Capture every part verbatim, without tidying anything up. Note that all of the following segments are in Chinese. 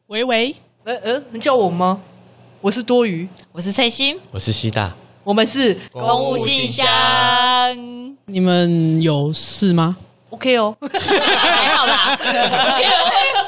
喂喂， 呃呃，你叫我吗？我是多余， 我是翠心， 我是西大， 我们是公务信箱。 你们有事吗 ？OK 哦， 还好啦。 OK 哦。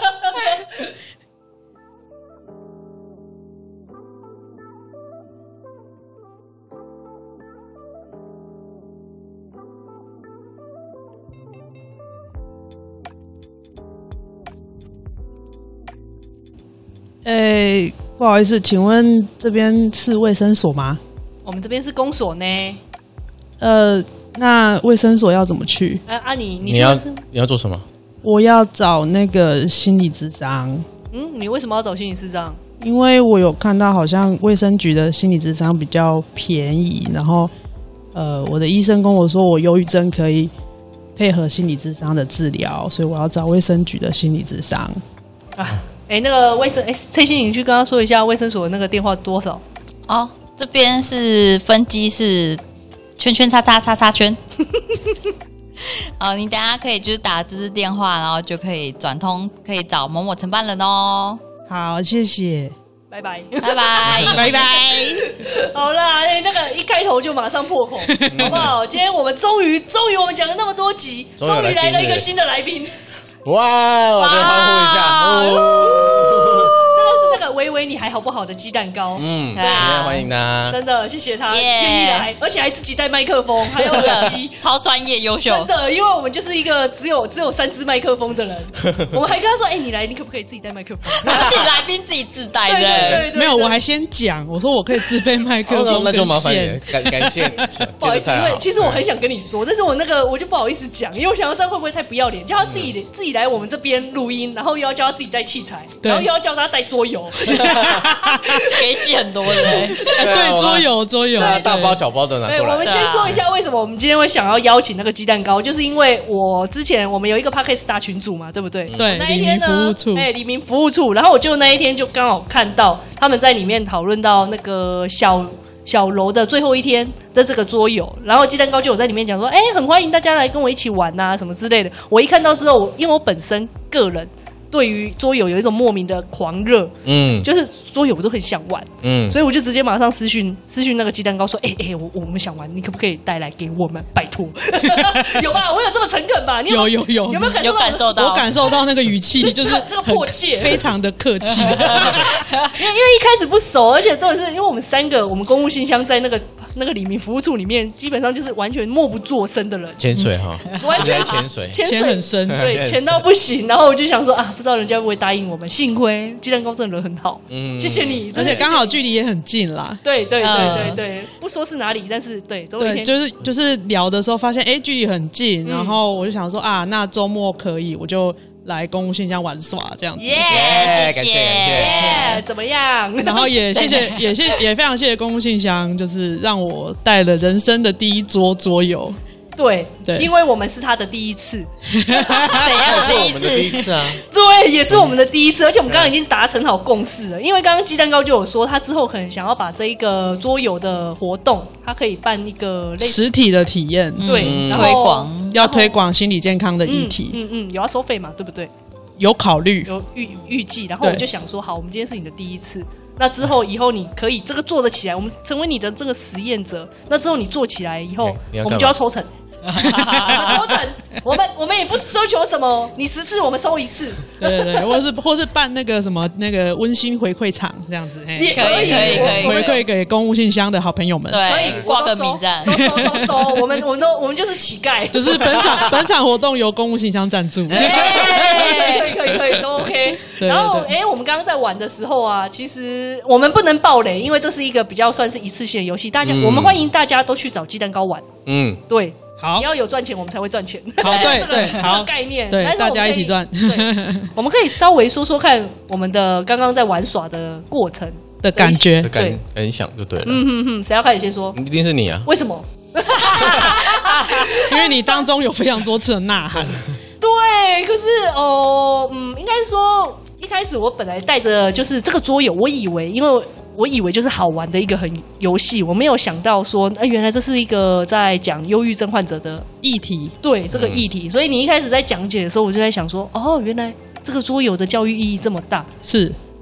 诶、欸，不好意思，请问这边是卫生所吗？ 我们这边是公所呢。 呃，那卫生所要怎么去？ 啊啊你，你你要是你要做什么？ 我要找那个心理咨商。 嗯，你为什么要找心理咨商？ 因为我有看到好像卫生局的心理咨商比较便宜，然后呃，我的医生跟我说我忧郁症可以配合心理咨商的治疗，所以我要找卫生局的心理咨商。 啊。哎、欸，那个卫生，哎、欸，翠心，你去跟他说一下卫生所的那个电话多少？ 哦，这边是分机是圈圈叉叉叉叉圈。哦，你等一下可以就是打这支电话，然后就可以转通，可以找某某承办人哦。 好，谢谢， 拜拜， 拜拜， 拜拜。 好啦，哎、欸，那个一开头就马上破口，好不好？今天我们终于，终于我们讲了那么多集，终于来了一个新的来宾。 哇！我再欢呼一下。哦那个维维你还好不好的鸡蛋糕， 嗯，对啊，欢迎他， 真的谢谢他 yeah 愿意来，而且还自己带麦克风，还有耳机， 超专业优秀。 真的，因为我们就是一个只有只有三支麦克风的人，我们还跟他说，哎、欸，你来，你可不可以自己带麦克风？ 而且来宾自己自带的， 对对对对对没有，我还先讲，我说我可以自备麦克风， 那就麻烦你，感感谢， 不好意思，因为其实我很想跟你说，但是我那个我就不好意思讲，因为我想要这样会不会太不要脸，叫他自己、嗯、自己来我们这边录音，然后又要叫他自己带器材，然后又要叫他带桌游。 给戏很多的、欸， 对，桌游桌游， 大包小包的拿过来。 对，我们先说一下为什么我们今天会想要邀请那个鸡蛋糕，就是因为我之前我们有一个 Podcast 大群组嘛，对不对？ 对， 那一天呢， 黎明服务处， 哎，黎明服务处，然后我就那一天就刚好看到他们在里面讨论到那个小小楼的最后一天的这个桌游，然后鸡蛋糕就有在里面讲说，哎，很欢迎大家来跟我一起玩啊，什么之类的。我一看到之后，因为我本身个人。对于桌游有一种莫名的狂热，嗯，就是桌游我都很想玩，嗯，所以我就直接马上私讯私讯那个鸡蛋糕说，哎、欸、哎、欸，我我们想玩，你可不可以带来给我们？拜托，有吧？我有这么诚恳吧？你有有有有有没有感受到？ 有感受到？ 我感受到那个语气就是那个迫切， 非常的客气。因为因为一开始不熟，而且重点是因为我们三个，我们公务信箱在那个。那个黎明服务处里面，基本上就是完全默不作声的人。 潜水哈， 完全潜水， 潜很深， 对，潜到不行。然后我就想说啊，不知道人家会不会答应我们。幸亏鸡蛋糕真的人很好，嗯，谢谢你， 而且刚好距离也很近啦。 对对对对对，不说是哪里，但是对，总有一天就是就是聊的时候发现，哎，距离很近，然后我就想说啊，那周末可以，我就。来公务信箱玩耍这样子， 耶、 yeah, 谢谢， 耶、yeah, 怎么样？ 然后也谢谢，也谢也非常谢谢公务信箱，就是让我带了人生的第一桌桌游。 对， 对， 因为我们是他的第一次， 怎样是我们的第一次啊？ 对，也是我们的第一次，而且我们刚刚已经达成好共识了。因为刚刚鸡蛋糕就有说，他之后可能想要把这一个桌游的活动，他可以办一个实体的体验， 对， 嗯、 然后推广要推广心理健康的议题， 嗯 嗯, 嗯，有要收费嘛？对不对？ 有考虑， 有预预计，然后我就想说，好，我们今天是你的第一次。那之后，以后你可以这个做得起来，我们成为你的这个实验者。那之后你做起来以后，我们就要抽成。抽成，我们我们也不奢求什么，你十次我们收一次。 对对对，或是或是办那个什么那个温馨回馈场这样子， 也可以可以可以回馈给公务信箱的好朋友们。 对， 可以挂个名站， 都收都收。我们我们都我们就是乞丐， 就是本场本场活动由公务信箱赞助。 可以可以可以都 OK。然后哎、欸，我们刚刚在玩的时候啊，其实我们不能爆雷，因为这是一个比较算是一次性的游戏，大家、嗯、我们欢迎大家都去找鸡蛋糕玩。嗯，对。 好， 你要有赚钱，我们才会赚钱。 好，对对，好， 这个概念， 对，大家一起赚。 对，我们可以稍微说说看我们的刚刚在玩耍的过程的感觉， 感感想就对了。 嗯哼哼，谁要开始先说？ 一定是你啊！ 为什么？ 因为你当中有非常多次的呐喊。 对，可是哦，嗯，应该说一开始我本来带着就是这个桌游，我以为因为。我以为就是好玩的一个很游戏，我没有想到说，哎，原来这是一个在讲忧郁症患者的议题， 对这个议题。嗯、所以你一开始在讲解的时候，我就在想说，哦，原来这个桌游的教育意义这么大。 是，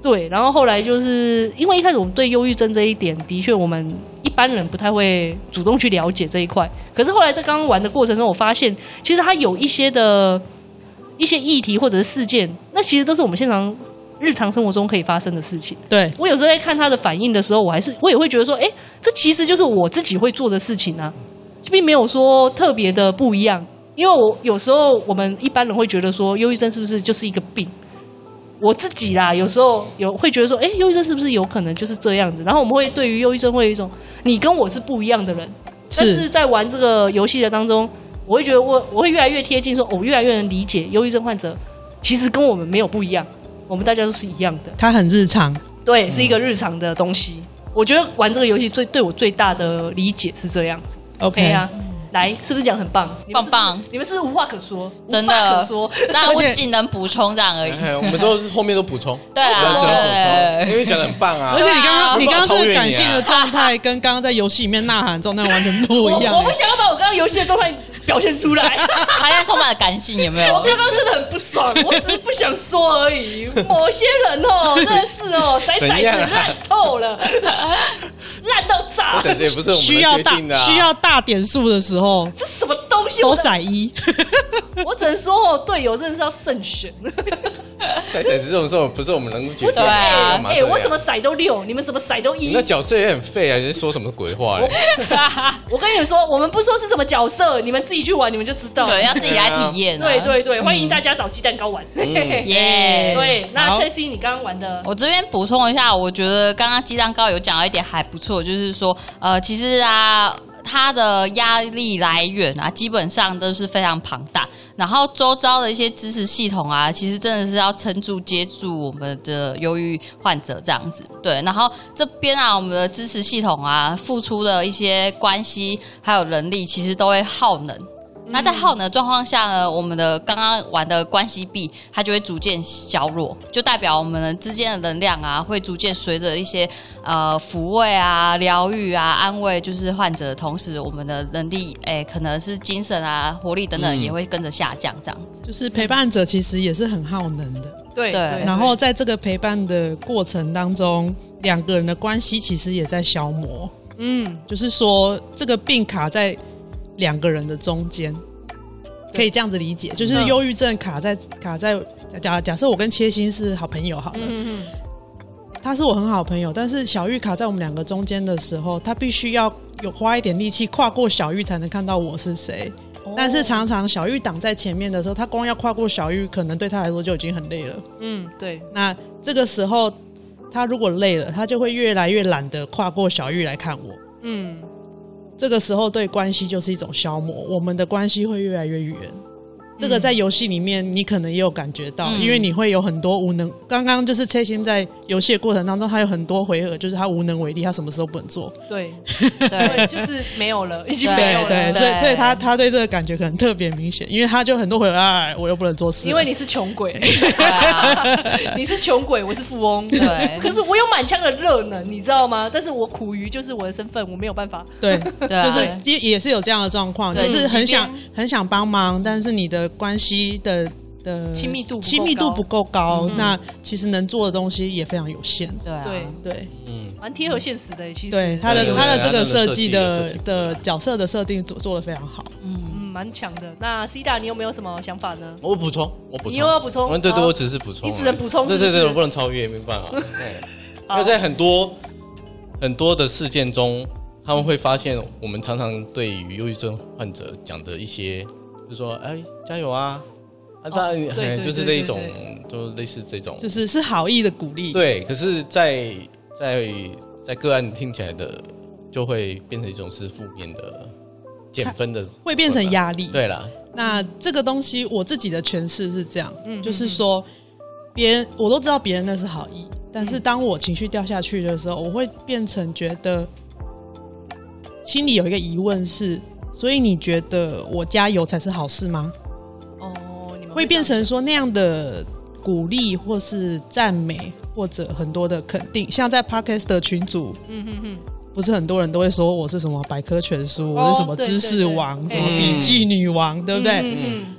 对，然后后来就是因为一开始我们对忧郁症这一点，的确我们一般人不太会主动去了解这一块。可是后来在刚刚玩的过程中，我发现其实它有一些的一些议题或者是事件，那其实都是我们现场日常生活中可以发生的事情。 对， 我有时候在看他的反应的时候，我还是我也会觉得说，哎，这其实就是我自己会做的事情啊，并没有说特别的不一样。因为我有时候我们一般人会觉得说，忧郁症是不是就是一个病？我自己啦，有时候有会觉得说，哎，忧郁症是不是有可能就是这样子？然后我们会对于忧郁症会有一种，你跟我是不一样的人。但是在玩这个游戏的当中，我会觉得我我会越来越贴近说，我越来越能理解忧郁症患者其实跟我们没有不一样，我们大家都是一样的。 它很日常， 对，是一个日常的东西。我觉得玩这个游戏最对我最大的理解是这样子。 OK 啊。来，是不是讲很棒？ 棒棒！ 你们是无话可说， 真的无话可说。 那我仅能补充这样而已。 我们都是后面都补充。 对啊，对， 因为讲的很棒啊。 而且你刚刚你刚刚这个感性啊的状态，跟刚刚在游戏里面呐喊的状态完全不一样。 我不想要把我刚刚游戏的状态表现出来， 他现在充满了感性，有没有？ 我刚刚真的很不爽，我只是不想说而已。某些人哦，真的是哦，骰骰子烂透了，烂到炸。 这也不是我们需要大的、啊、 需要大点数的时候， 这什么东西？ 都骰一。 我只能说哦，队友真的是要慎选。 骰骰子这种时候不是我们能决定的。 哎、欸欸，我怎么骰都六，你们怎么骰都一？ 你那角色也很废啊！你在说什么鬼话嘞？ 我跟你们说，我们不说是什么角色，你们自己去玩，你们就知道。 对，要自己来体验、啊。 对对对，嗯、欢迎大家找鸡蛋糕玩。 耶、嗯！ 对，那翠西，你刚刚玩的， 我这边补充一下，我觉得刚刚鸡蛋糕有讲到一点还不错，就是说，呃，其实啊。它的压力来源啊，基本上都是非常庞大。然后周遭的一些支持系统啊，其实真的是要撑住、接住我们的忧郁患者这样子。对，然后这边啊，我们的支持系统啊，付出的一些关系还有人力，其实都会耗能。那在耗能的状况下呢，我们的刚刚玩的关系壁，它就会逐渐削弱，就代表我们之间的能量啊，会逐渐随着一些呃抚慰啊、疗愈啊、安慰，就是患者的同时，我们的能力，哎，可能是精神啊、活力等等，也会跟着下降，这样子。 就是陪伴者其实也是很耗能的， 对对。 然后在这个陪伴的过程当中，两个人的关系其实也在消磨。嗯，就是说这个病卡在两个人的中间，可以这样子理解，就是忧郁症卡在卡在假假设我跟切心是好朋友好了，嗯嗯，他是我很好的朋友，但是小玉卡在我们两个中间的时候，他必须要有花一点力气跨过小玉才能看到我是谁。哦、但是常常小玉挡在前面的时候，他光要跨过小玉，可能对他来说就已经很累了。 嗯，对。 那这个时候，他如果累了，他就会越来越懒得跨过小玉来看我。嗯。这个时候对关系就是一种消磨，我们的关系会越来越远。这个在游戏里面你可能也有感觉到、嗯、因为你会有很多无能，刚刚就是蔡心在游戏的过程当中，他有很多回合就是他无能为力，他什么时候不能做， 对对，就是没有了，已经没有了， 对对，所以所以他他对这个感觉可能特别明显，因为他就很多回合啊，我又不能做事， 因为你是穷鬼对、啊、你是穷鬼，我是富翁，对，可是我有满腔的热能，你知道吗？但是我苦于就是我的身份，我没有办法， 对对、啊，就是也是有这样的状况，就是很想很想帮忙，但是你的关系的的亲密度亲密度不够高、嗯，那其实能做的东西也非常有限。 对啊， 对对， 嗯，蛮贴合现实的。其实对他的他的这个设计的的角色的设定做做得非常好， 嗯嗯，蛮强的。那 C 大，你有没有什么想法呢？ 我补充，我补充， 你又要补充？ 对对，我只是补充， 你只能补充， 对对对，我不能超越，没办法。因为在很多很多的事件中，他们会发现，我们常常对于忧郁症患者讲的一些，就是说，哎，加油啊！啊，当然、哦，就是这一种，就类似这种， 就是是好意的鼓励。 对，可是在，在在在个案听起来的，就会变成一种是负面的、减分的， 会变成压力。 对啦， 那这个东西我自己的诠释是这样，嗯，就是说，别人我都知道别人那是好意，但是当我情绪掉下去的时候，我会变成觉得心里有一个疑问是，所以你觉得我加油才是好事吗？会变成说那样的鼓励或是赞美或者很多的肯定，像在 Podcast 的群组，嗯哼哼，不是很多人都会说我是什么百科全书、哦、我是什么知识王，什么笔记女王，对不对？嗯，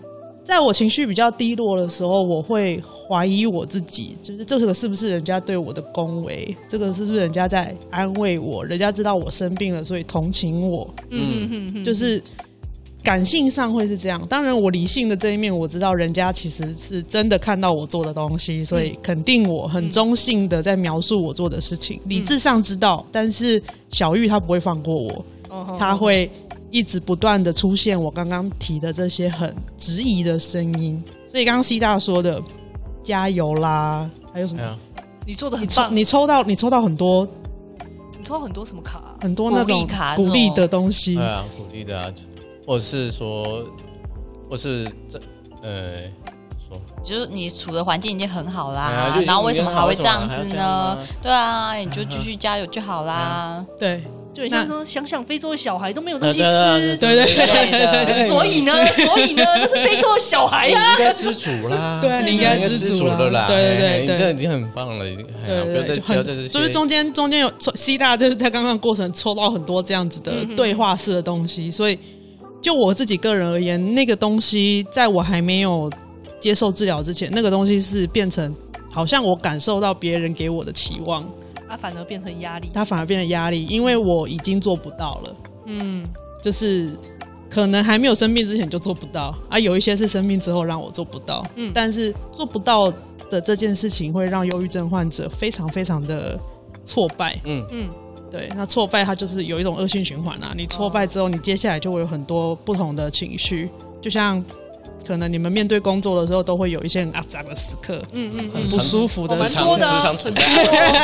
在我情绪比较低落的时候，我会怀疑我自己，就是这个是不是人家对我的恭维，这个是不是人家在安慰我，人家知道我生病了所以同情我， 嗯嗯嗯， 就是感性上会是这样。当然我理性的这一面我知道人家其实是真的看到我做的东西，所以肯定我，很中性的在描述我做的事情，理智上知道，但是小玉她不会放过我，她会一直不断的出现我刚刚提的这些很质疑的声音。所以刚刚西大说的加油啦，还有什么、哎、 你做的很棒， 你抽到你抽到很多， 你抽到很多什么卡、啊、 很多那种鼓励的东西。 对啊，鼓励的啊，或者是说或是这呃说就是你处的环境已经很好啦、 哎、 然后为什么还会这样子呢？对啊，你就继续加油就好啦、 嗯、对， 就很像说想想非洲的小孩都没有东西吃， 对对对对对， 所以呢所以呢那是非洲的小孩啊， 你应该知足啦， 对啊，你应该知足了啦， 对对对， 你这已经很棒了，已经，对对对，不要再就是中间中间有 C 大就是在刚刚过程抽到很多这样子的对话式的东西，所以就我自己个人而言，那个东西在我还没有接受治疗之前，那个东西是变成好像我感受到别人给我的期望， 它反而变成压力， 它反而变成压力，因为我已经做不到了。嗯，就是可能还没有生病之前就做不到啊，有一些是生病之后让我做不到。嗯，但是做不到的这件事情会让忧郁症患者非常非常的挫败。嗯嗯，对，那挫败它就是有一种恶性循环啊。你挫败之后，你接下来就会有很多不同的情绪，就像可能你们面对工作的时候都会有一些很阿杂的时刻，嗯嗯，很不舒服的时候， 时常存在。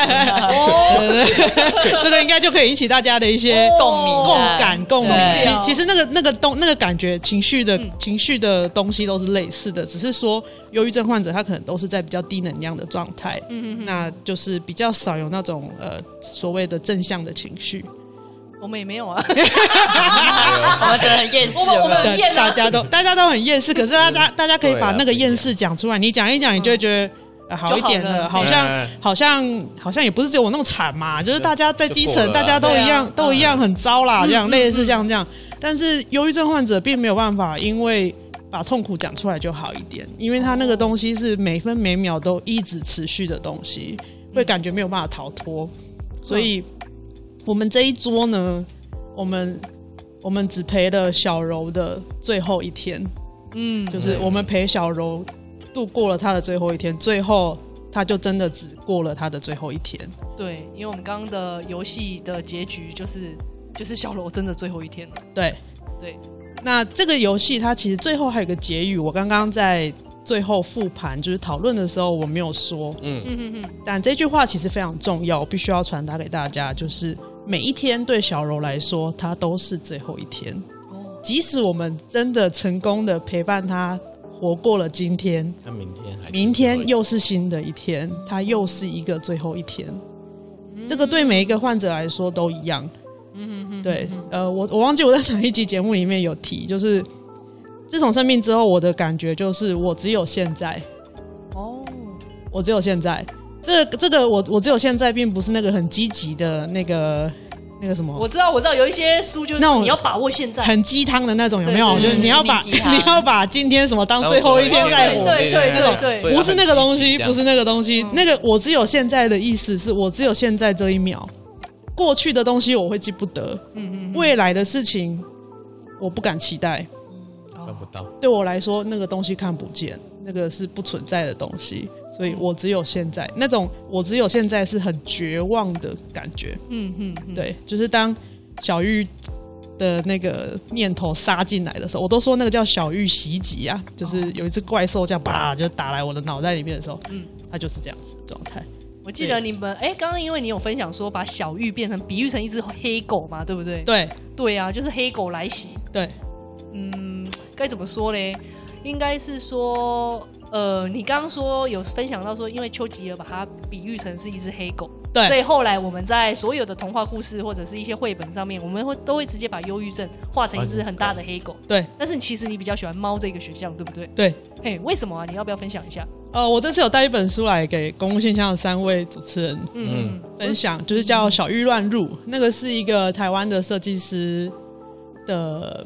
这个应该就可以引起大家的一些共鸣、 共感、共鸣。其哦其实那个那个东那个感觉、情绪的、嗯、情绪的东西都是类似的，只是说忧郁症患者他可能都是在比较低能量的状态，嗯嗯，那就是比较少有那种呃所谓的正向的情绪。 我们也没有啊， 我们真的很厌世， 我们很厌、啊， 大家都大家都很厌世，可是大家大家可以把那个厌世讲出来，你讲一讲，你就会觉得、呃、好一点了，好像好像好像也不是只有我那么惨嘛，就是大家在基层，大家都一样、啊、都一样很糟啦，这样、嗯、类似像这样，但是忧郁症患者并没有办法，因为把痛苦讲出来就好一点，因为他那个东西是每分每秒都一直持续的东西，会感觉没有办法逃脱，所以。我们这一桌呢，我们我们只陪了小柔的最后一天，嗯，就是我们陪小柔度过了她的最后一天，最后她就真的只过了她的最后一天。 对，因为我们刚刚的游戏的结局就是就是小柔真的最后一天了。 对对， 那这个游戏它其实最后还有个结语，我刚刚在最后复盘就是讨论的时候我没有说，嗯嗯嗯，但这句话其实非常重要，我必须要传达给大家，就是每一天对小柔来说它都是最后一天，哦，即使我们真的成功的陪伴她活过了今天， 那明天还明天又是新的一天，它又是一个最后一天，嗯，这个对每一个患者来说都一样。嗯哼哼，对，呃，我我忘记我在哪一集节目里面有提，就是自从生病之后，我的感觉就是我只有现在。哦，我只有现在。这个这个我我只有现在，并不是那个很积极的那个那个什么。 我知道我知道有一些书就是那种你要把握现在， 很鸡汤的那种，有没有？就是你要把你要把今天什么当最后一天在活， 对对对对对， 不是那个东西，不是那个东西。那个我只有现在的意思是我只有现在这一秒，过去的东西我会记不得，嗯嗯，未来的事情我不敢期待。 看不到， 对我来说那个东西看不见，那个是不存在的东西，所以我只有现在，那种我只有现在是很绝望的感觉。嗯嗯，对，就是当小玉的那个念头杀进来的时候，我都说那个叫小玉袭击啊，就是有一只怪兽这样啪就打来我的脑袋里面的时候，嗯，它就是这样子的状态。 我记得你们哎，刚刚因为你有分享说把小玉变成比喻成一只黑狗嘛，对不对？ 对对啊，就是黑狗来袭。 对， 嗯，该怎么说嘞？应该是说，呃，你刚刚说有分享到说，因为丘吉尔把它比喻成是一只黑狗， 对， 所以后来我们在所有的童话故事或者是一些绘本上面，我们会都会直接把忧郁症画成一只很大的黑狗。 对， 但是其实你比较喜欢猫这个选项，对不对？ 对， 嘿，为什么啊？你要不要分享一下？ 呃，我这次有带一本书来给公共现象的三位主持人嗯分享，就是叫《小玉乱入》，那个是一个台湾的设计师的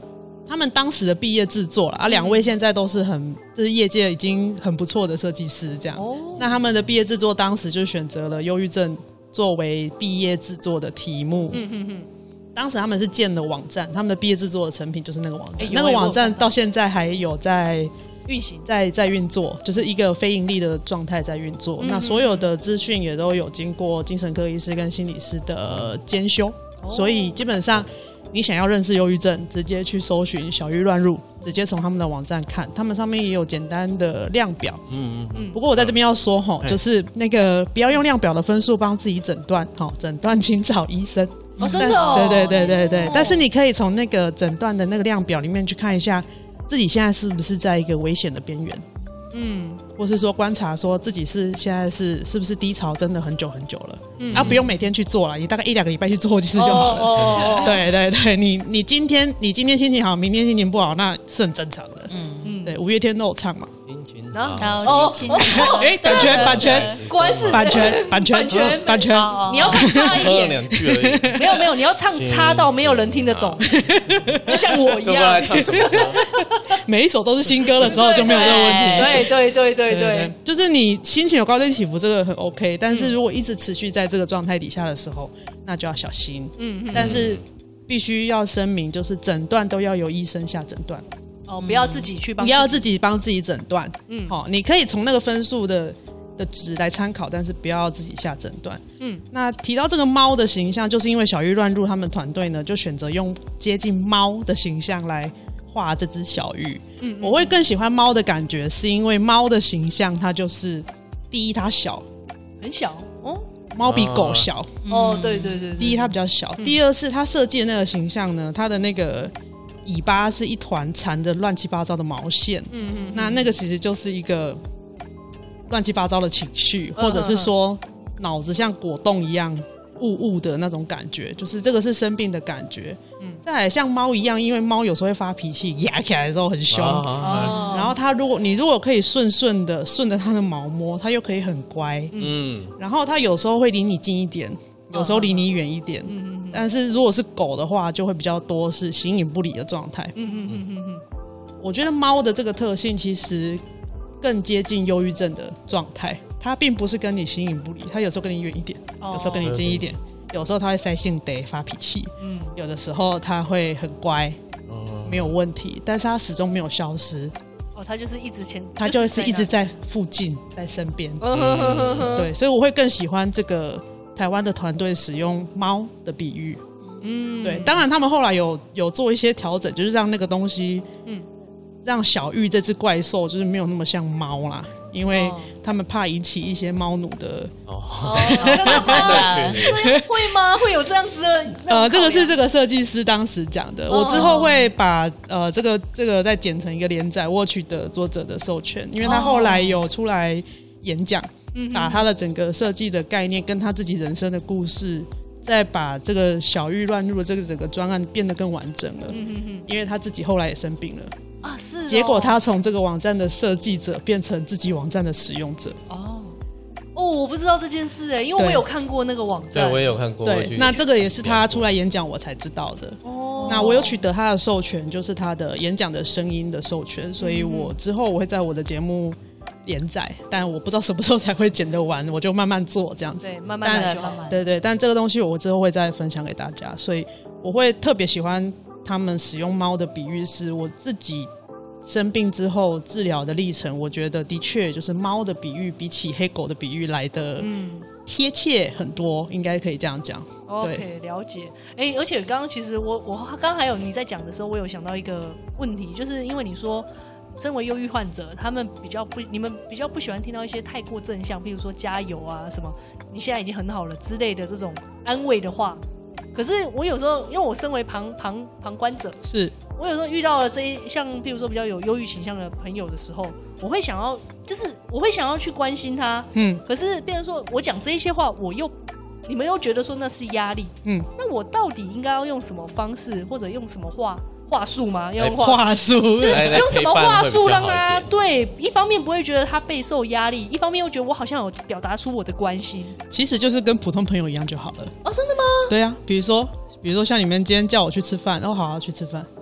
他们当时的毕业制作啦，啊，两位现在都是很就是业界已经很不错的设计师这样。哦，那他们的毕业制作当时就选择了忧郁症作为毕业制作的题目。嗯哼哼。当时他们是建了网站，他们的毕业制作的成品就是那个网站，欸、那个网站到现在还有在运行， 在在运作，就是一个非盈利的状态在运作。嗯、那所有的资讯也都有经过精神科医师跟心理师的监修，哦、所以基本上你想要认识忧郁症，直接去搜寻小郁乱入，直接从他们的网站看，他们上面也有简单的量表。嗯嗯嗯。不过我在这边要说哈，就是那个不要用量表的分数帮自己诊断，好，诊断请找医生。 哦，真的哦， 对对对对对，但是你可以从那个诊断的那个量表里面去看一下自己现在是不是在一个危险的边缘，嗯，或是说观察说自己是现在是是不是低潮真的很久很久了，嗯，啊，不用每天去做了，你大概一两个礼拜去做一次就好了，哦哦哦对对对，你你今天你今天心情好，明天心情不好，那是很正常的，嗯嗯，对，五月天都有唱嘛。 然后超轻轻， 哎，版权版权， 果然是版权版权版权版权， 你要唱差一点， 两句而已。 没有没有，你要唱差到没有人听得懂，就像我一样。 每一首都是新歌的时候就没有这个问题。 对对对对对， 就是你心情有高低起伏，这个很 OK。但是如果一直持续在这个状态底下的时候，那就要小心。嗯，但是必须要声明，就是诊断都要由医生下诊断。 哦，不要自己去帮， 不要自己帮自己诊断。嗯，好、哦，你可以从那个分数的的值来参考，但是不要自己下诊断。嗯，那提到这个猫的形象，就是因为小郁乱入他们团队呢，就选择用接近猫的形象来画这只小郁。嗯，我会更喜欢猫的感觉，是因为猫的形象它就是第一它小， 很小哦。 猫比狗小。 哦，对对 对, 对。 第一它比较小，嗯、第二是它设计的那个形象呢，它的那个。尾巴是一团缠的乱七八糟的毛线，嗯嗯，那那个其实就是一个乱七八糟的情绪，或者是说脑子像果冻一样雾雾的那种感觉，就是这个是生病的感觉。嗯，再来像猫一样，因为猫有时候会发脾气，压起来的时候很凶，哦、然后它如果你如果可以顺顺的顺着它的毛摸，它又可以很乖，嗯，然后它有时候会离你近一点，有时候离你远一点，嗯。但是如果是狗的话，就会比较多是形影不离的状态。嗯嗯嗯嗯嗯。我觉得猫的这个特性其实更接近忧郁症的状态，它并不是跟你形影不离，它有时候跟你远一点，有时候跟你近一点，有时候它会塞性得发脾气，嗯，有的时候它会很乖，嗯，没有问题，但是它始终没有消失。 哦，它就是一直前， 它就是一直在附近，在身边。嗯，对，所以我会更喜欢这个。台湾的团队使用猫的比喻，嗯，对，当然他们后来有有做一些调整，就是让那个东西，嗯，让小郁这只怪兽就是没有那么像猫啦，因为他们怕引起一些猫奴的哦，真的吗？会吗？会有这样子的？ 呃，这个是这个设计师当时讲的，我之后会把呃这个这个再剪成一个连载，我取得作者的授权，因为他后来有出来演讲。把他的整个设计的概念跟他自己人生的故事，再把这个小郁乱入的这个整个专案变得更完整了。嗯哼哼，因为他自己后来也生病了啊，是、哦。 结果他从这个网站的设计者变成自己网站的使用者。 哦哦，我不知道这件事哎，因为我有看过那个网站， 对我也有看过。 对，那这个也是他出来演讲我才知道的。哦，那我有取得他的授权，就是他的演讲的声音的授权，所以我之后我会在我的节目。连载，但我不知道什么时候才会剪得完，我就慢慢做这样子。 对，慢慢来就好。 对对，但这个东西我之后会再分享给大家，所以我会特别喜欢他们使用猫的比喻，是我自己生病之后治疗的历程，我觉得的确就是猫的比喻比起黑狗的比喻来的贴切很多，应该可以这样讲。 OK， 了解。哎，而且刚刚其实我我刚刚还有你在讲的时候，我有想到一个问题，就是因为你说。身为忧郁患者，他们比较不，你们比较不喜欢听到一些太过正向，譬如说加油啊，什么你现在已经很好了之类的这种安慰的话。可是我有时候，因为我身为旁旁旁观者， 是我有时候遇到了这一像，譬如说比较有忧郁倾向的朋友的时候，我会想要，就是我会想要去关心他，嗯，可是变成说我讲这一些话，我又你们又觉得说那是压力，嗯，那我到底应该要用什么方式，或者用什么话？话术吗？要用话术， 对，用什么话术让他对？一方面不会觉得他备受压力，一方面又觉得我好像有表达出我的关心。 其实就是跟普通朋友一样就好了。 哦，真的吗？ 对啊，比如说，比如说像你们今天叫我去吃饭，然后好好去吃饭。 对啊，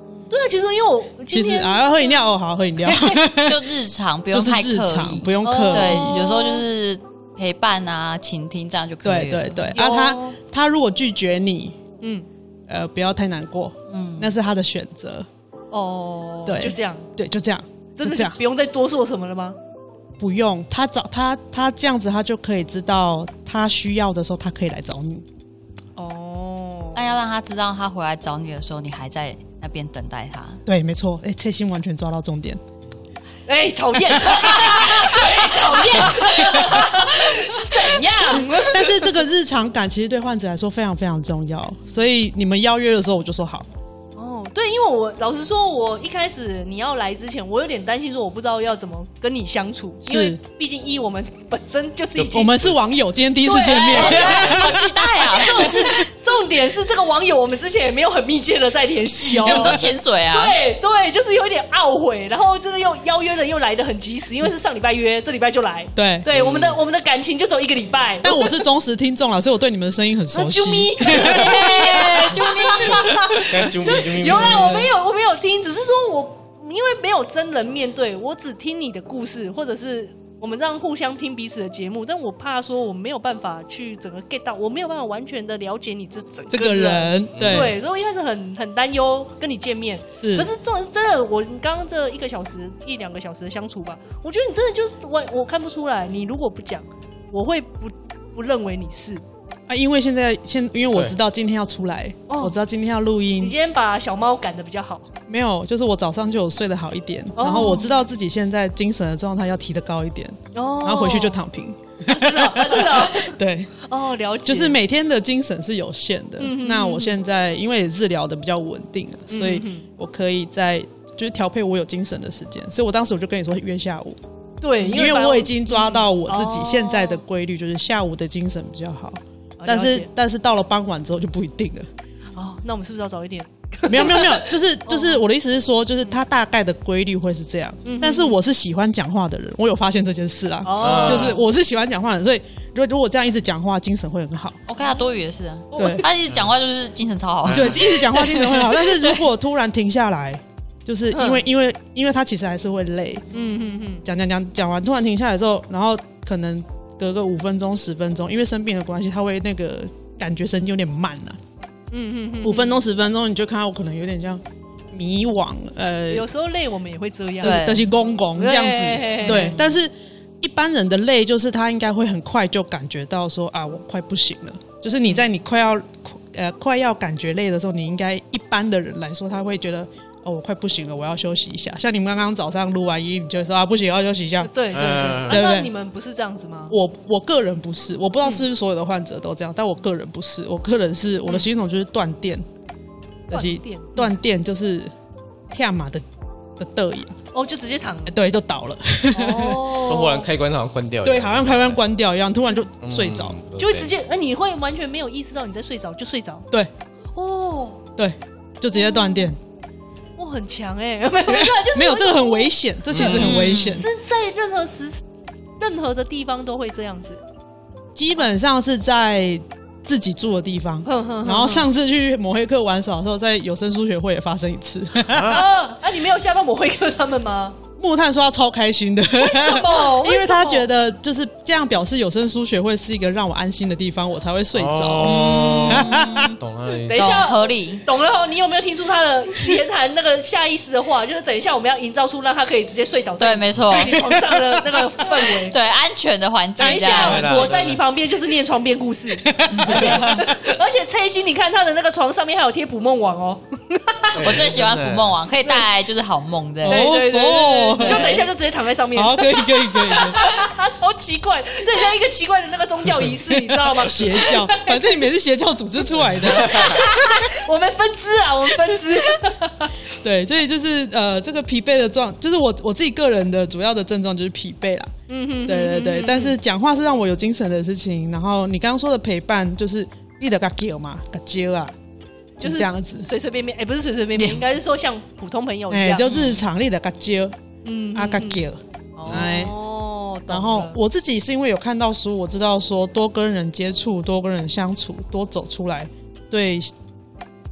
其实因为我其今天实啊，要喝饮料哦，好喝饮料， 就日常不用就是太刻日常， 意， 不用刻意。 对， 哦有时候就是陪伴啊、倾听这样就可以了。 对对对， 有啊，他他如果拒绝你， 嗯呃，不要太难过， 嗯， 那是他的选择。 哦， 对就这样， 对，就这样， 真的就这样， 是不用再多说什么了吗？ 不用他找他他这样子，他就可以知道他需要的时候，他可以来找你。 哦， 但要让他知道，他回来找你的时候，你还在那边等待他。 对，没错，哎，蔡心完全抓到重点。 哎，讨厌，哎，讨厌，怎样？ 但是这个日常感其实对患者来说非常非常重要，所以你们邀约的时候，我就说好。 哦，对，因为我老实说，我一开始你要来之前，我有点担心，说我不知道要怎么跟你相处，因为毕竟一我们本身就是已经我们是网友，今天第一次见面， 好期待啊！ 重点是重点是这个网友，我们之前也没有很密切的在联系哦， 我们都潜水啊。 对对，就是有一点懊悔，然后这个又邀约的又来的很及时，因为是上礼拜约，这礼拜就来。 对对，我们的我们的感情就走一个礼拜。 但我是忠实听众了，所以我对你们的声音很熟悉。 啾咪，啾咪， 啾咪啾咪， 有啦，我没有我没有听，只是说我因为没有真人面对，我只听你的故事，或者是我们这样互相听彼此的节目，但我怕说我没有办法去整个 get 到，我没有办法完全的了解你这整这个人，对对，所以我一开始很很担忧跟你见面， 是可是重点是真的，我刚刚这一个小时一两个小时的相处吧，我觉得你真的就是我我看不出来，你如果不讲，我会不不认为你是。 啊，因为现在现因为我知道今天要出来， 哦我知道今天要录你音今，天把小猫赶得比较好， 没有，就是我早上就有睡得好一点， 哦然后我知道自己现在精神的状态要提得高一点， 哦然后回去就躺平。 真的真的对， 哦，了解， 就是每天的精神是有限的。 嗯那我现在因为治疗的比较稳定了，所以嗯我可以在就是调配我有精神的时间，所以我当时我就跟你说约下午， 对， 因为反正我已经抓到我自己嗯现在的规律，就是下午的精神比较好。 哦但是了解但是到了傍晚之后就不一定了。 哦，那我们是不是要早一点？ 没有没有没有，就是就是我的意思是说，就是它大概的规律会是这样。但是我是喜欢讲话的人，我有发现这件事啊。 哦， 就是我是喜欢讲话的人，所以如果如果这样一直讲话，精神会很好。 我看他多余的是啊， 对他一直讲话就是精神超好。 对，一直讲话精神会好。但是如果突然停下来，就是因为因为因为他其实还是会累， 嗯嗯嗯， 讲讲讲讲完，突然停下来之后，然后可能隔个五分钟十分钟，因为生病的关系，他会那个感觉神经有点慢了、啊。 嗯嗯嗯， 五分钟十分钟，你就看到我可能有点像迷惘，呃， 有时候累，我们也会这样， 对德西公公这样子， 对对。但是一般人的累，就是他应该会很快就感觉到说啊，我快不行了。就是你在你快要呃快要感觉累的时候，你应该一般的人来说，他会觉得哦，我快不行了，我要休息一下。像你们刚刚早上录完音，你就会说啊，不行，要休息一下。 对对对，啊对不对那你们不是这样子吗？ 我我个人不是，我不知道是不是所有的患者都这样，但我个人不是。我个人是我的系统就是断电，就是断电断电就是跳马的的得意， 哦，就直接躺了， 对，就倒了。 哦， 就忽然开关好像关掉一样， 对，好像开关关掉一样，突然就睡着。 嗯就会直接，呃，你会完全没有意识到你在睡着就睡着， 对哦， 对，就直接断电。 哇，很强哎，没有，没有，就是没有这个很危险，这其实很危险。 是在任何时任何的地方都会这样子， 基本上是在自己住的地方。 哼哼哼然后上次去抹黑课玩耍的时候，在有声书学会也发生一次。 啊，啊，你没有吓到抹黑客他们吗？ 木炭说他超开心的， 什么？ 因为他觉得得就是这样表示有声书学会是一个让我安心的地方，我才会睡着。 哦，懂了。 懂等一下合理。 懂了哦，你有没有听出他的言谈那个下意识的话？就是等一下我们要营造出让他可以直接睡倒在对，没错， 在你床上的那个氛围。 对安全的环境等一这样。 下，我在你旁边就是念床边故事，而且而且蔡心，你看他的那个床上面还有贴捕梦网哦， 我最喜欢捕梦网，可以带来就是好梦的。 哦对对对对哦对，就等一下就直接躺在上面， 好，可以可以可以可以。 超奇怪，这很像一个奇怪的那个宗教仪式，你知道吗？ 邪教，反正你们也是邪教组织出来的。 我们分支啊，我们分支。 对，所以就是呃，这个疲惫的状，就是我我自己个人的主要的症状就是疲惫啦。 嗯哼， 对对对，但是讲话是让我有精神的事情。然后你刚刚说的陪伴，就是你的嘎叫嘛，嘎叫啊， 就是这样子。 随随便便，哎，不是随随便便，应该是说像普通朋友一哎， 样， 就日常你的嘎叫嗯啊嘎叫。哎哦，懂然后了我自己是因为有看到书，我知道说多跟人接触，多跟人相处，多走出来，对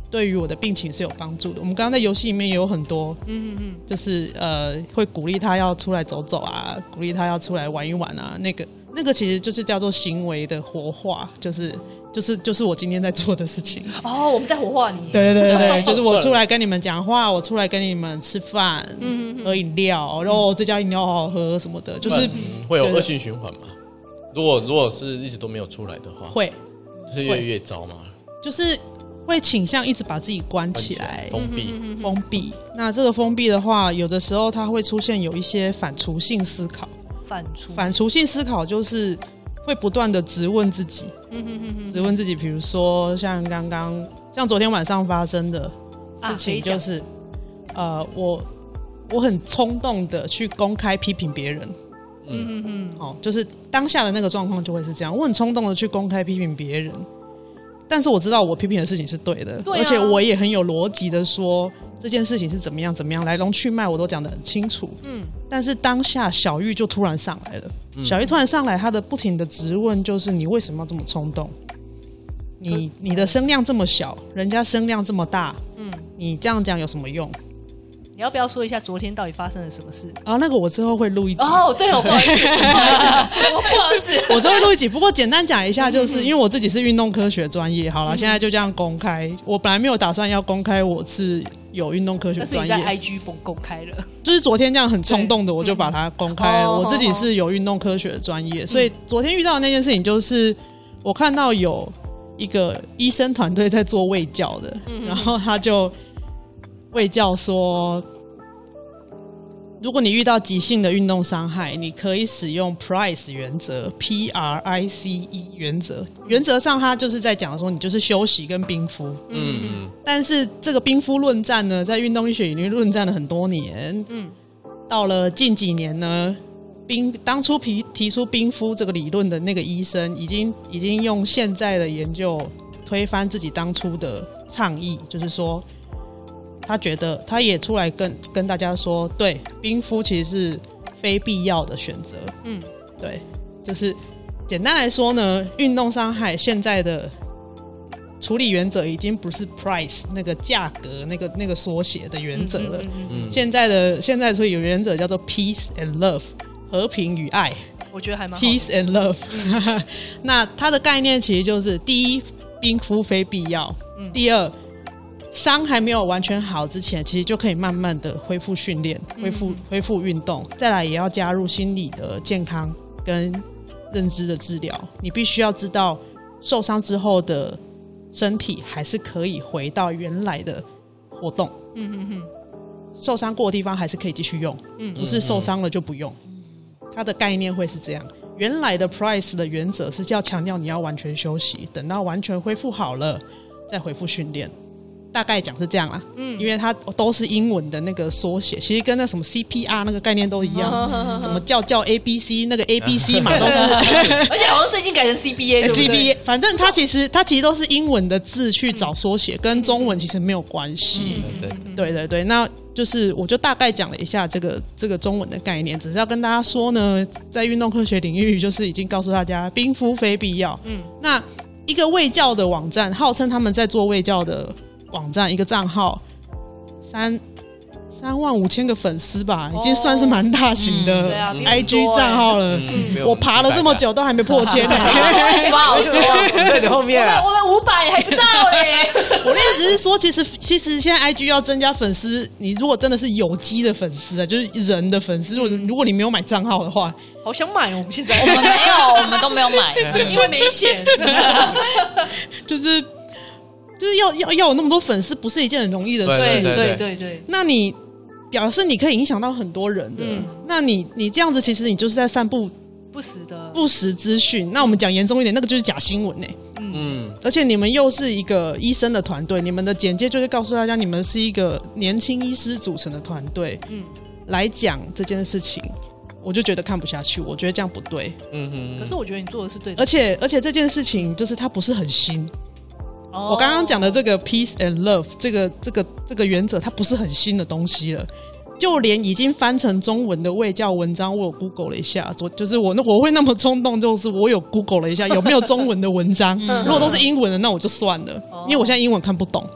对于我的病情是有帮助的。我们刚刚在游戏里面也有很多，嗯嗯嗯，就是呃会鼓励他要出来走走啊，鼓励他要出来玩一玩啊，那个那个其实就是叫做行为的活化，就是就是就是我今天在做的事情。 哦，我们在活化你。 对对对对，就是我出来跟你们讲话，我出来跟你们吃饭，嗯嗯喝饮料，然后这家饮料好好喝什么的，就是、 嗯、会有恶性循环嘛。如果如果是一直都没有出来的话， 会就是越来越糟嘛， 就是会倾向一直把自己关起来， 封闭， 封闭。那这个封闭的话，有的时候它会出现有一些反刍性思考。 反刍反刍性思考就是会不断的质问自己，嗯哼哼哼，质问自己，比如说像刚刚像昨天晚上发生的事情，就是、啊、呃，我我很冲动的去公开批评别人。嗯嗯嗯，好，就是当下的那个状况就会是这样，我很冲动的去公开批评别人，但是我知道我批评的事情是对的，对啊、而且我也很有逻辑的说这件事情是怎么样怎么样，来龙去脉我都讲得很清楚。嗯，但是当下小玉就突然上来了，嗯、小玉突然上来，她的不停的质问就是你为什么要这么冲动？你你的声量这么小，人家声量这么大，嗯，你这样讲有什么用？ 你要不要说一下昨天到底发生了什么事？ 啊，那个我之后会录一集。 哦，对哦，不好意思，不好意思，我不好意思， 我之后会录一集。不过简单讲一下，就是因为我自己是运动科学专业，好了，嗯、现在就这样公开。我本来没有打算要公开我是有运动科学专业， 但是你在 I G 公开了， 就是昨天这样很冲动的，我就把它公开了。嗯、我自己是有运动科学的专业，所以昨天遇到的那件事情就是我看到有一个医生团队在做卫教的，嗯、然后他就卫教说，如果你遇到急性的运动伤害，你可以使用 Price 原则 P R I C E 原则。原则上他就是在讲说你就是休息跟冰敷。嗯，但是这个冰敷论战呢，在运动医学领域论战了很多年。嗯，到了近几年呢，冰当初提提出冰敷这个理论的那个医生，已经已经用现在的研究推翻自己当初的倡议，就是说，他觉得他也出来跟跟大家说，对，冰敷其实是非必要的选择。嗯，对，就是简单来说呢，运动伤害现在的处理原则已经不是 price 那个价格那个那个缩写的原则了。嗯嗯嗯、现在的现在处理原则叫做 peace and love 和平与爱。 我觉得还蛮好 peace and love 、嗯、那它的概念其实就是第一，冰敷非必要、嗯、第二，伤还没有完全好之前，其实就可以慢慢的恢复训练，恢复恢复运动。再来也要加入心理的健康跟认知的治疗。你必须要知道，受伤之后的身体还是可以回到原来的活动。嗯哼哼，受伤过的地方还是可以继续用，嗯，不是受伤了就不用。它的概念会是这样。原来的 Price 的原则是要强调你要完全休息，等到完全恢复好了再恢复训练。大概讲是这样啦，嗯，因为它都是英文的那个缩写，其实跟那什么 C P R 那个概念都一样，哦、什么叫叫 A B C 那个 A B C 嘛，都是， 而且好像最近改成 C B A， 对不对 C B A， 反正它其实它其实都是英文的字去找缩写，嗯、跟中文其实没有关系。嗯、对对对，那就是我就大概讲了一下这个这个中文的概念，只是要跟大家说呢，在运动科学领域，就是已经告诉大家，冰敷非必要。嗯，那一个卫教的网站，号称他们在做卫教的网站，一个账号三三万五千个粉丝吧，已经算是蛮大型的 I G 账号了。嗯、我爬了这么久都还没破千呢， 不好说。 在你后面、啊， 我们五百还不到嘞。 我的意思是说，其实其实现在 I G 要增加粉丝，你如果真的是有机的粉丝啊，就是人的粉丝，如果如果你没有买账号的话， 好想买哦。我们现在我们没有，我们都没有买， 因为没钱。 就是。就是要要要有那么多粉丝，不是一件很容易的事。 对对对对。 那你表示你可以影响到很多人的，嗯、那你你这样子，其实你就是在散布不实的不实资讯。那我们讲严重一点，那个就是假新闻呢、欸。嗯。而且你们又是一个医生的团队，你们的简介就是告诉大家，你们是一个年轻医师组成的团队，嗯，来讲这件事情，我就觉得看不下去，我觉得这样不对。嗯哼。可是我觉得你做的是对的， 而且而且这件事情就是它不是很新。我刚刚讲的这个 peace and love 这个这个这个原则，它不是很新的东西了。就连已经翻成中文的卫教文章，我有 Google 了一下，就是我我会那么冲动，就是我有 Google 了一下有没有中文的文章。如果都是英文的，那我就算了，因为我现在英文看不懂。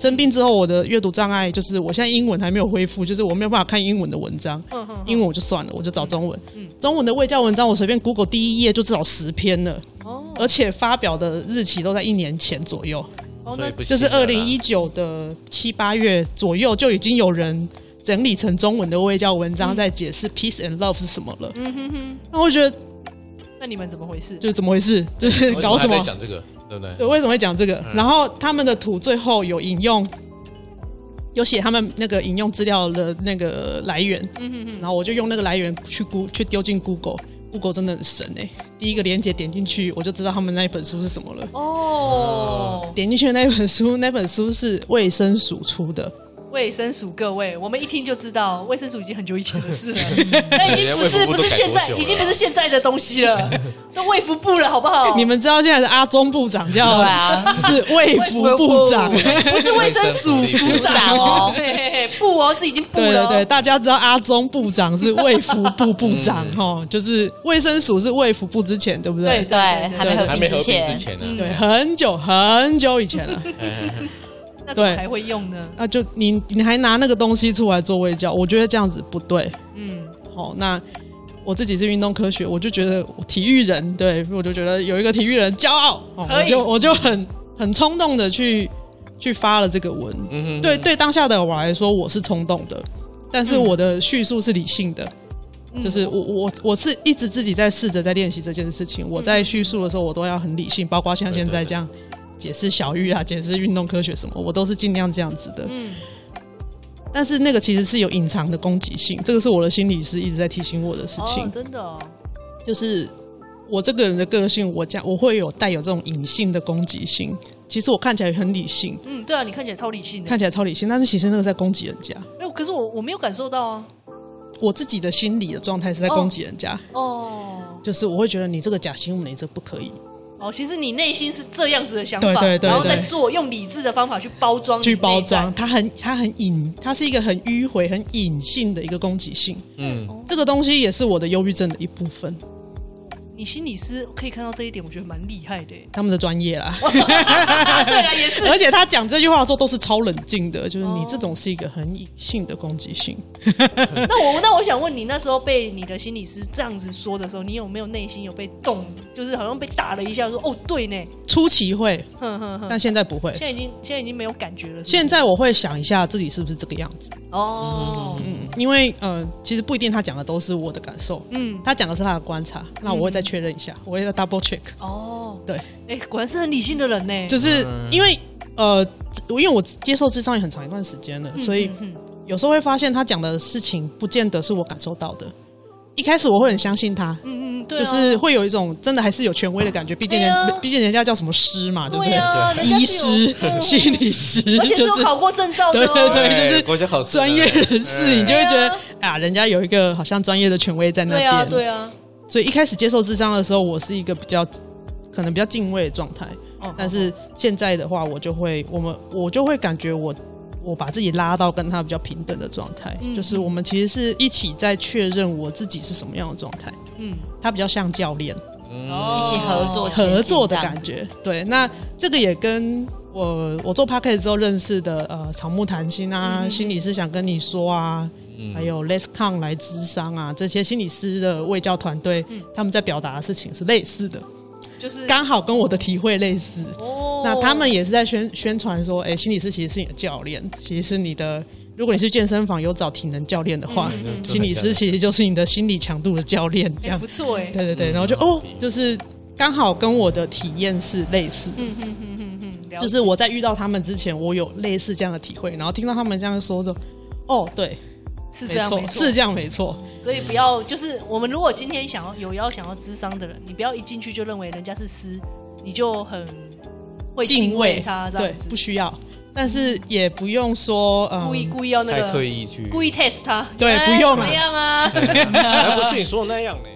生病之后，我的阅读障碍就是我现在英文还没有恢复，就是我没有办法看英文的文章。嗯嗯，英文我就算了，我就找中文。嗯，中文的卫教文章我随便 Google 第一页就至少十篇了。哦，而且发表的日期都在一年前左右。 哦，那就是二零一九的七八月左右就已经有人整理成中文的卫教文章，在解释 peace and love 是什么了。嗯哼哼，那我觉得， 那你们怎么回事？ 就是怎么回事？就是搞什么？ 讲这个，对不对？ 对，为什么会讲这个？嗯、然后他们的图最后有引用，有写他们那个引用资料的那个来源。嗯哼哼，然后我就用那个来源去估去丢进 Google。Google 真的很神哎、欸！第一个连结点进去，我就知道他们那一本书是什么了。哦，点进去的那本书，那本书是卫生署出的。 卫生署各位，我们一听就知道，卫生署已经很久以前的事了，那已经不是不是现在，已经不是现在的东西了，都卫福部了，好不好？ 你们知道现在的阿中部长叫对啊， 是卫福部长， 不是卫生署署长哦，嘿嘿嘿，部哦是已经部了、哦。 对对对，大家知道阿中部长是卫福部部长哈、嗯，就是卫生署是卫福部之前，对不对？ 对对，还没合并之前， 之前呢、 嗯，对，很久很久以前了。 那怎么还会用呢？ 那就你你还拿那个东西出来做卫教，我觉得这样子不对。嗯，好，那我自己是运动科学，我就觉得体育人，对，我就觉得有一个体育人骄傲，哦、我就我就很很冲动的去去发了这个文。嗯哼哼，对对，当下的我来说我是冲动的，但是我的叙述是理性的。嗯、就是我我我是一直自己在试着在练习这件事情。我在叙述的时候，我都要很理性，包括像现在这样。对对对，解释小玉啊，解释运动科学什么，我都是尽量这样子的。嗯，但是那个其实是有隐藏的攻击性，这个是我的心理师一直在提醒我的事情。 哦，真的哦， 就是我这个人的个性，我讲我会有带有这种隐性的攻击性。其实我看起来很理性， 嗯，对啊，你看起来超理性的， 看起来超理性，但是其实那个在攻击人家。 哎，可是我我没有感受到啊， 我自己的心理的状态是在攻击人家。哦，就是我会觉得你这个假新闻，你这不可以。 哦，其实你内心是这样子的想法， 对对对对， 然后再做用理智的方法去包装， 去包装，它很它很隐，它是一个很迂回、很隐性的一个攻击性。嗯，这个东西也是我的忧郁症的一部分。 你心理师可以看到这一点，我觉得蛮厉害的耶。 他们的专业啦， 对啦，也是。 而且他讲这句话的时候都是超冷静的，就是你这种是一个很隐性的攻击性。 那我那我想问你，那时候被你的心理师这样子说的时候，你有没有内心有被动，就是好像被打了一下说，说哦对呢？ 初期会，呵呵呵，但现在不会。 现在已经现在已经没有感觉了是不是？ 现在我会想一下自己是不是这个样子。哦，嗯，因为呃，其实不一定他讲的都是我的感受，嗯，他讲的是他的观察，那我会再确认一下，我会再 double check。哦，对， 哎，果然是很理性的人呢。 就是因为呃，因为我接受智商也很长一段时间了，所以有时候会发现他讲的事情不见得是我感受到的。一开始我会很相信他，嗯嗯，对、啊，就是会有一种真的还是有权威的感觉，毕竟人，毕、啊、竟人家叫什么师嘛，对不对？对啊，对，医师、嗯、心理师， 而且是有考过证照的、哦， 对对对，就是国家考试专业人士，你就会觉得啊，人家有一个好像专业的权威在那边，对啊，对啊。 所以一开始接受智商的时候，我是一个比较可能比较敬畏的状态，哦、但是现在的话，我就会我们我就会感觉我。我把自己拉到跟他比较平等的状态、嗯，就是我们其实是一起在确认我自己是什么样的状态。嗯，他比较像教练， 嗯，一起合作合作的感觉。对，那这个也跟我我做 podcast 之后认识的呃草木谈心啊、嗯，心理师想跟你说啊，嗯、还有 Let's Come 来咨商啊，这些心理师的卫教团队、嗯，他们在表达的事情是类似的。就是刚好跟我的体会类似、哦、那他们也是在宣宣传说，哎，心理师其实是你的教练，其实是你的，如果你是健身房有找体能教练的话、嗯嗯、心理师其实就是你的心理强度的教练，这样不错哎， 对对对，然后就、嗯、哦，就是刚好跟我的体验是类似的，嗯嗯嗯嗯嗯，就是我在遇到他们之前，我有类似这样的体会，然后听到他们这样说之后，哦，对。 是这样没错， 是这样没错。 所以不要就是我们如果今天想要有要想要咨商的人，你不要一进去就认为人家是师，你就很会敬畏他这样子。 对，不需要，但是也不用说、嗯、 故意故意要那个太刻意去故意 test 他。 对，不用怎么样啊？ 还不是你说的那样呢。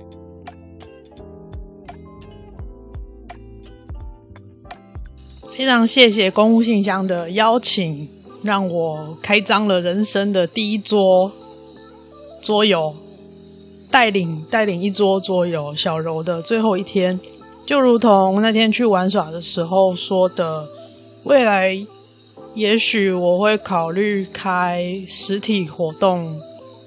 非常谢谢公务信箱的邀请。让我开张了人生的第一桌桌游，带领带领一桌桌游小柔的最后一天，就如同那天去玩耍的时候说的，未来也许我会考虑开实体活动，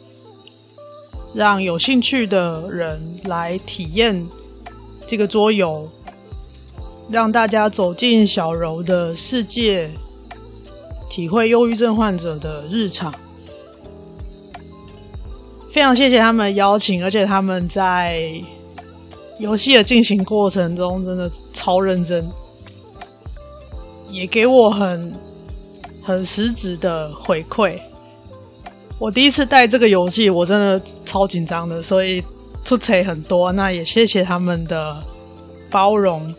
让有兴趣的人来体验这个桌游，让大家走进小柔的世界，体会忧郁症患者的日常。非常谢谢他们的邀请，而且他们在游戏的进行过程中真的超认真，也给我很很实质的回馈。我第一次带这个游戏，我真的超紧张的，所以出错很多。那也谢谢他们的包容，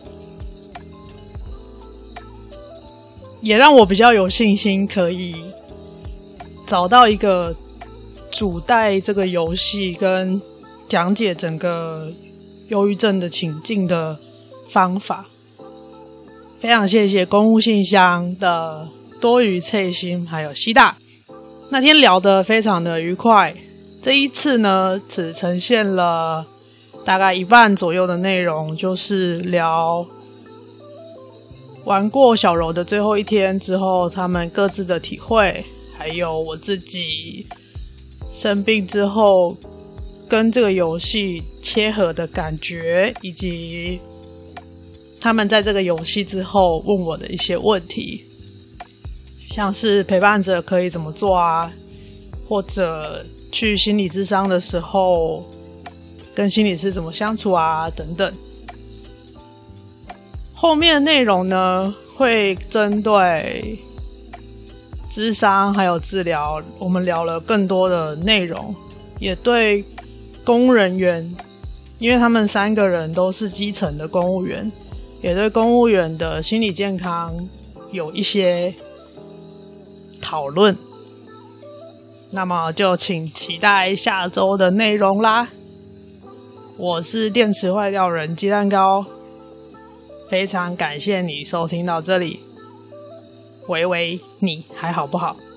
也让我比较有信心，可以找到一个主带这个游戏跟讲解整个忧郁症的情境的方法。非常谢谢公务信箱的多余翠心还有西大，那天聊得非常的愉快。这一次呢，只呈现了大概一半左右的内容，就是聊玩过小柔的最后一天之后他们各自的体会，还有我自己生病之后跟这个游戏切合的感觉，以及他们在这个游戏之后问我的一些问题，像是陪伴者可以怎么做啊，或者去心理咨商的时候跟心理师怎么相处啊等等。后面的内容呢，会针对咨商还有治疗，我们聊了更多的内容，也对公务人员，因为他们三个人都是基层的公务员，也对公务员的心理健康有一些讨论。那么就请期待下周的内容啦。我是电池坏掉人鸡蛋糕，非常感谢你收听到这里。喂喂，你还好不好？